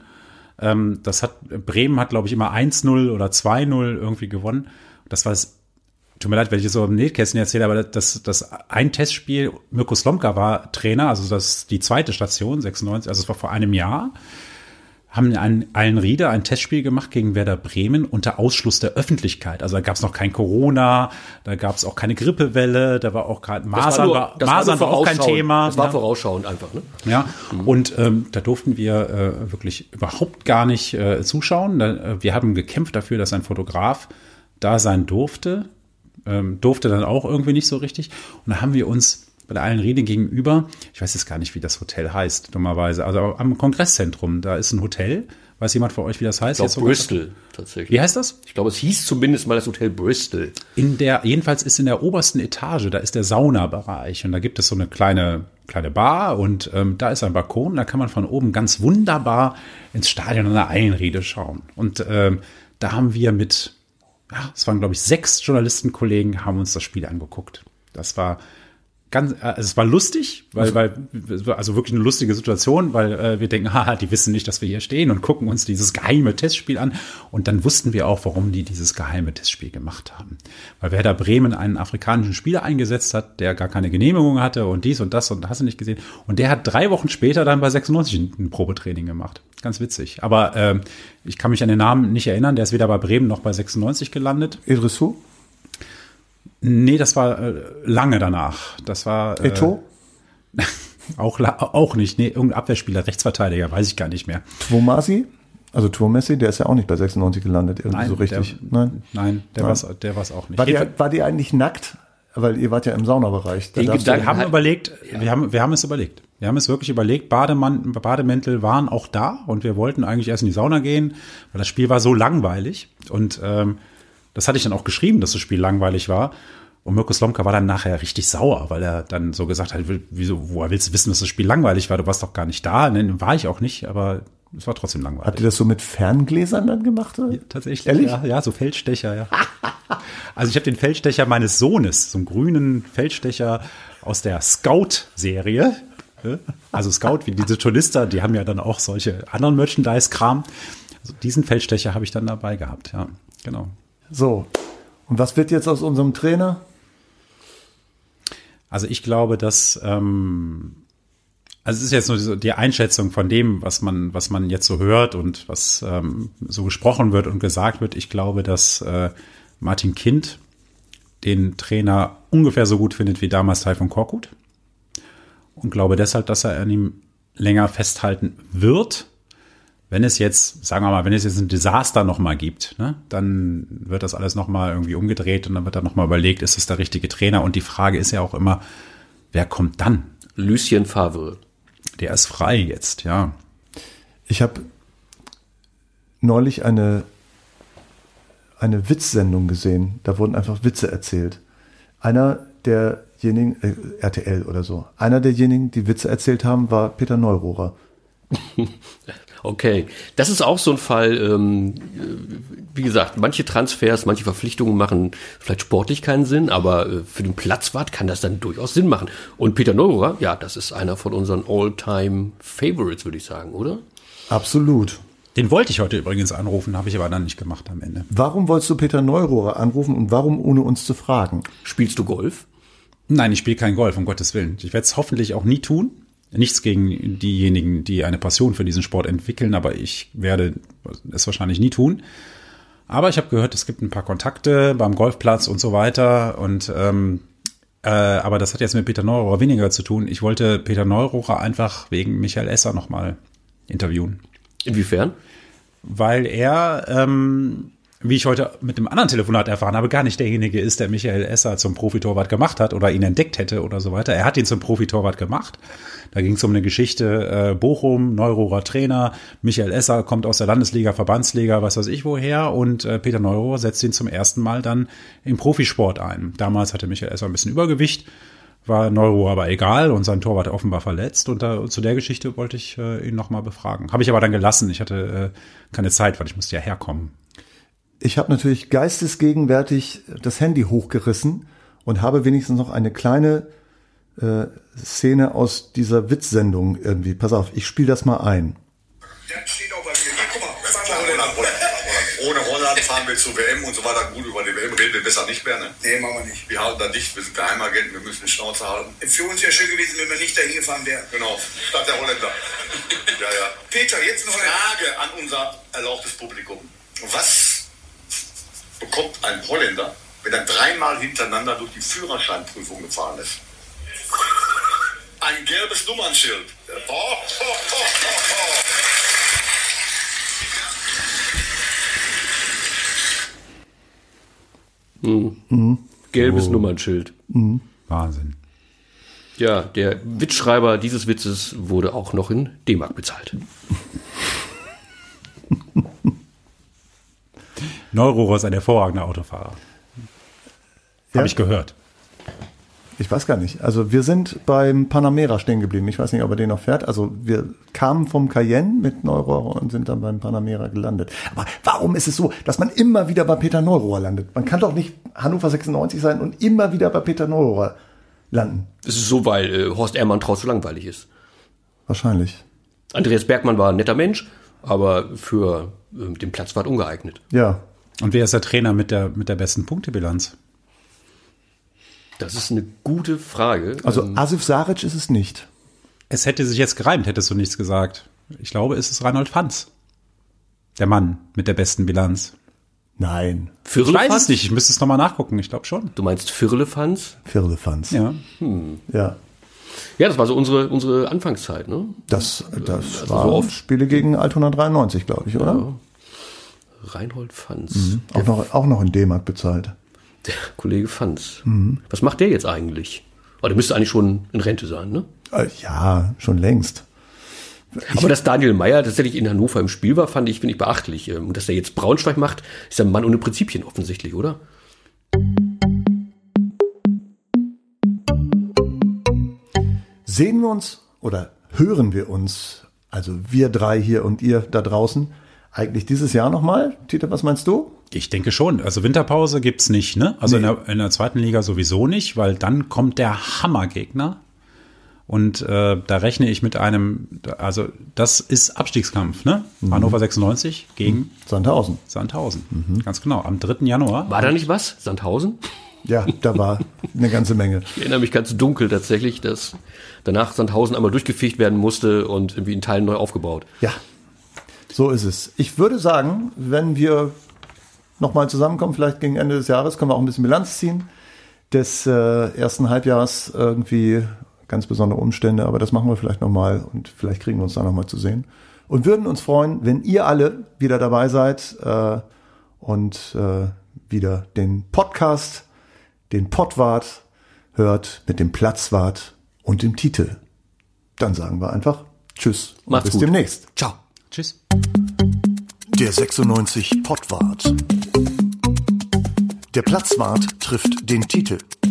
Bremen hat, glaube ich, immer 1-0 oder 2-0 irgendwie gewonnen. Das war es. Tut mir leid, wenn ich jetzt so im Nähkästchen erzähle, aber das ein Testspiel, Mirko Slomka war Trainer, also das die zweite Station, 96, also es war vor einem Jahr, haben Allen Rieder ein Testspiel gemacht gegen Werder Bremen unter Ausschluss der Öffentlichkeit. Also da gab es noch kein Corona, da gab es auch keine Grippewelle, da war auch gerade Masern war auch kein Thema.
Das war vorausschauend einfach, ne?
Ja, und da durften wir wirklich überhaupt gar nicht zuschauen. Wir haben gekämpft dafür, dass ein Fotograf da sein durfte. Durfte dann auch irgendwie nicht so richtig. Und da haben wir uns bei der Allen Riede gegenüber, ich weiß jetzt gar nicht, wie das Hotel heißt, dummerweise, also am Kongresszentrum, da ist ein Hotel. Weiß jemand von euch, wie das heißt?
Ich glaube Bristol, tatsächlich.
Wie heißt das?
Ich glaube, es hieß zumindest mal das Hotel Bristol.
Jedenfalls ist in der obersten Etage, da ist der Saunabereich und da gibt es so eine kleine Bar und da ist ein Balkon, da kann man von oben ganz wunderbar ins Stadion an der Eilenriede schauen. Und da haben wir es waren, glaube ich, 6 Journalistenkollegen, haben uns das Spiel angeguckt. Das war es war lustig, weil also wirklich eine lustige Situation, weil wir denken, die wissen nicht, dass wir hier stehen und gucken uns dieses geheime Testspiel an. Und dann wussten wir auch, warum die dieses geheime Testspiel gemacht haben. Weil Werder Bremen einen afrikanischen Spieler eingesetzt hat, der gar keine Genehmigung hatte und dies und das und hast du nicht gesehen. Und der hat 3 Wochen später dann bei 96 ein Probetraining gemacht. Ganz witzig. Aber ich kann mich an den Namen nicht erinnern. Der ist weder bei Bremen noch bei 96 gelandet.
Idrissou?
Nee, das war lange danach. Das war
Eto'o?
auch nicht. Nee, irgendein Abwehrspieler, Rechtsverteidiger, weiß ich gar nicht mehr.
Twomasi? Also Twomasi, der ist ja auch nicht bei 96 gelandet, irgendwie
Nein,
so richtig.
Nein, der war's auch nicht.
War die eigentlich nackt? Weil ihr wart ja im Saunabereich.
Wir haben überlegt, wir haben es überlegt. Wir haben es wirklich überlegt. Bademäntel waren auch da und wir wollten eigentlich erst in die Sauna gehen, weil das Spiel war so langweilig. Und das hatte ich dann auch geschrieben, dass das Spiel langweilig war. Und Mirko Slomka war dann nachher richtig sauer, weil er dann so gesagt hat, woher willst du wissen, dass das Spiel langweilig war? Du warst doch gar nicht da. Ne, war ich auch nicht, aber es war trotzdem langweilig.
Habt ihr das so mit Ferngläsern dann gemacht? Oder?
Ja, tatsächlich.
Ehrlich?
Ja, so Feldstecher, ja. Also ich habe den Feldstecher meines Sohnes, so einen grünen Feldstecher aus der Scout-Serie. Also Scout, wie diese Touristen, die haben ja dann auch solche anderen Merchandise-Kram. Also diesen Feldstecher habe ich dann dabei gehabt, ja, genau.
So, und was wird jetzt aus unserem Trainer?
Also ich glaube, dass, also es ist jetzt nur die Einschätzung von dem, was man jetzt so hört und was so gesprochen wird und gesagt wird. Ich glaube, dass Martin Kind den Trainer ungefähr so gut findet wie damals Taifun Korkut und glaube deshalb, dass er an ihm länger festhalten wird, wenn es jetzt, sagen wir mal, wenn es jetzt ein Desaster nochmal gibt, ne, dann wird das alles nochmal irgendwie umgedreht und dann wird da nochmal überlegt, ist es der richtige Trainer? Und die Frage ist ja auch immer, wer kommt dann?
Lucien Favre.
Der ist frei jetzt, ja.
Ich habe neulich eine Witzsendung gesehen. Da wurden einfach Witze erzählt. Einer derjenigen, RTL oder so, einer derjenigen, die Witze erzählt haben, war Peter Neururer.
Okay, das ist auch so ein Fall, wie gesagt, manche Transfers, manche Verpflichtungen machen vielleicht sportlich keinen Sinn, aber für den Platzwart kann das dann durchaus Sinn machen. Und Peter Neururer, ja, das ist einer von unseren All-Time-Favorites, würde ich sagen, oder?
Absolut.
Den wollte ich heute übrigens anrufen, habe ich aber dann nicht gemacht am Ende.
Warum wolltest du Peter Neururer anrufen und warum ohne uns zu fragen?
Spielst du Golf?
Nein, ich spiele kein Golf, um Gottes Willen. Ich werde es hoffentlich auch nie tun. Nichts gegen diejenigen, die eine Passion für diesen Sport entwickeln, aber ich werde es wahrscheinlich nie tun. Aber ich habe gehört, es gibt ein paar Kontakte beim Golfplatz und so weiter. Und aber das hat jetzt mit Peter Neururer weniger zu tun. Ich wollte Peter Neururer einfach wegen Michael Esser nochmal interviewen.
Inwiefern?
Weil er, wie ich heute mit einem anderen Telefonat erfahren habe, gar nicht derjenige ist, der Michael Esser zum Profitorwart gemacht hat oder ihn entdeckt hätte oder so weiter. Er hat ihn zum Profitorwart gemacht. Da ging es um eine Geschichte, Bochum, Neururer Trainer, Michael Esser kommt aus der Landesliga, Verbandsliga, was weiß ich woher, und Peter Neururer setzt ihn zum ersten Mal dann im Profisport ein. Damals hatte Michael Esser ein bisschen Übergewicht, war Neururer aber egal und sein Torwart offenbar verletzt, und zu der Geschichte wollte ich ihn nochmal befragen. Habe ich aber dann gelassen, ich hatte keine Zeit, weil ich musste ja herkommen.
Ich habe natürlich geistesgegenwärtig das Handy hochgerissen und habe wenigstens noch eine kleine Szene aus dieser Witzsendung irgendwie. Pass auf, ich spiele das mal ein.
Der steht auch bei mir. Hier, guck mal. Ohne Holland fahren wir zur WM und so weiter. Gut, über die WM reden wir besser nicht mehr, ne? Nee, machen wir nicht. Wir halten da dicht, wir sind Geheimagenten, wir müssen die Schnauze halten. Für uns wäre schön gewesen, wenn wir nicht dahin gefahren wären. Genau, statt der Holländer. Ja. Peter, jetzt noch eine Frage an unser erlauchtes Publikum. Was bekommt ein Holländer, wenn er 3-mal hintereinander durch die Führerscheinprüfung gefahren ist? Ein gelbes Nummernschild.
Gelbes Nummernschild.
Wahnsinn.
Ja, der Witzschreiber dieses Witzes wurde auch noch in D-Mark bezahlt.
Neururer ist ein hervorragender Autofahrer.
Ja?
Habe ich gehört.
Ich weiß gar nicht. Also wir sind beim Panamera stehen geblieben. Ich weiß nicht, ob er den noch fährt. Also wir kamen vom Cayenne mit Neururer und sind dann beim Panamera gelandet. Aber warum ist es so, dass man immer wieder bei Peter Neururer landet? Man kann doch nicht Hannover 96 sein und immer wieder bei Peter Neururer landen.
Das ist so, weil Horst Ehrmantraut so langweilig ist.
Wahrscheinlich.
Andreas Bergmann war ein netter Mensch, aber für den Platzwart ungeeignet.
Ja.
Und wer ist der Trainer mit der besten Punktebilanz?
Das ist eine gute Frage.
Also Asif Saric ist es nicht.
Es hätte sich jetzt gereimt, hättest du nichts gesagt. Ich glaube, es ist Reinhold Fanz. Der Mann mit der besten Bilanz.
Nein.
Ich weiß es nicht, ich müsste es nochmal nachgucken, ich glaube schon.
Du meinst Firlefanz?
Firlefanz.
Ja.
Ja.
Ja, das war so unsere Anfangszeit, ne?
Das
Also
war
so oft.
Spiele gegen Altona 93, glaube ich, oder?
Ja. Reinhold Fanz.
Auch noch in D-Mark bezahlt.
Der Kollege Fanz. Was macht der jetzt eigentlich? Oh, der müsste eigentlich schon in Rente sein, ne?
Ja, schon längst.
Aber dass Daniel Meyer tatsächlich in Hannover im Spiel war, finde ich beachtlich. Und dass er jetzt Braunschweig macht, ist ein Mann ohne Prinzipien offensichtlich, oder?
Sehen wir uns oder hören wir uns, also wir drei hier und ihr da draußen, eigentlich dieses Jahr nochmal? Tita, was meinst du?
Ich denke schon. Also Winterpause gibt's nicht, ne? Also
Nee.
in der zweiten Liga sowieso nicht, weil dann kommt der Hammergegner. Und da rechne ich mit einem, also das ist Abstiegskampf, ne? Hannover 96 gegen
Sandhausen.
Sandhausen. Ganz genau, am 3. Januar.
War da nicht was? Sandhausen?
Ja, da war eine ganze Menge.
Ich erinnere mich ganz dunkel tatsächlich, dass danach Sandhausen einmal durchgefegt werden musste und irgendwie in Teilen neu aufgebaut.
Ja, so ist es. Ich würde sagen, wenn wir nochmal zusammenkommen, vielleicht gegen Ende des Jahres, können wir auch ein bisschen Bilanz ziehen des ersten Halbjahres, irgendwie ganz besondere Umstände, aber das machen wir vielleicht nochmal und vielleicht kriegen wir uns da nochmal zu sehen. und würden uns freuen, wenn ihr alle wieder dabei seid und wieder den Podcast, den Pottwart hört mit dem Platzwart und dem Titel. Dann sagen wir einfach Tschüss und
Macht's
bis
gut.
demnächst.
Ciao.
Tschüss.
Der 96 Pottwart. Der Platzwart trifft den Titel.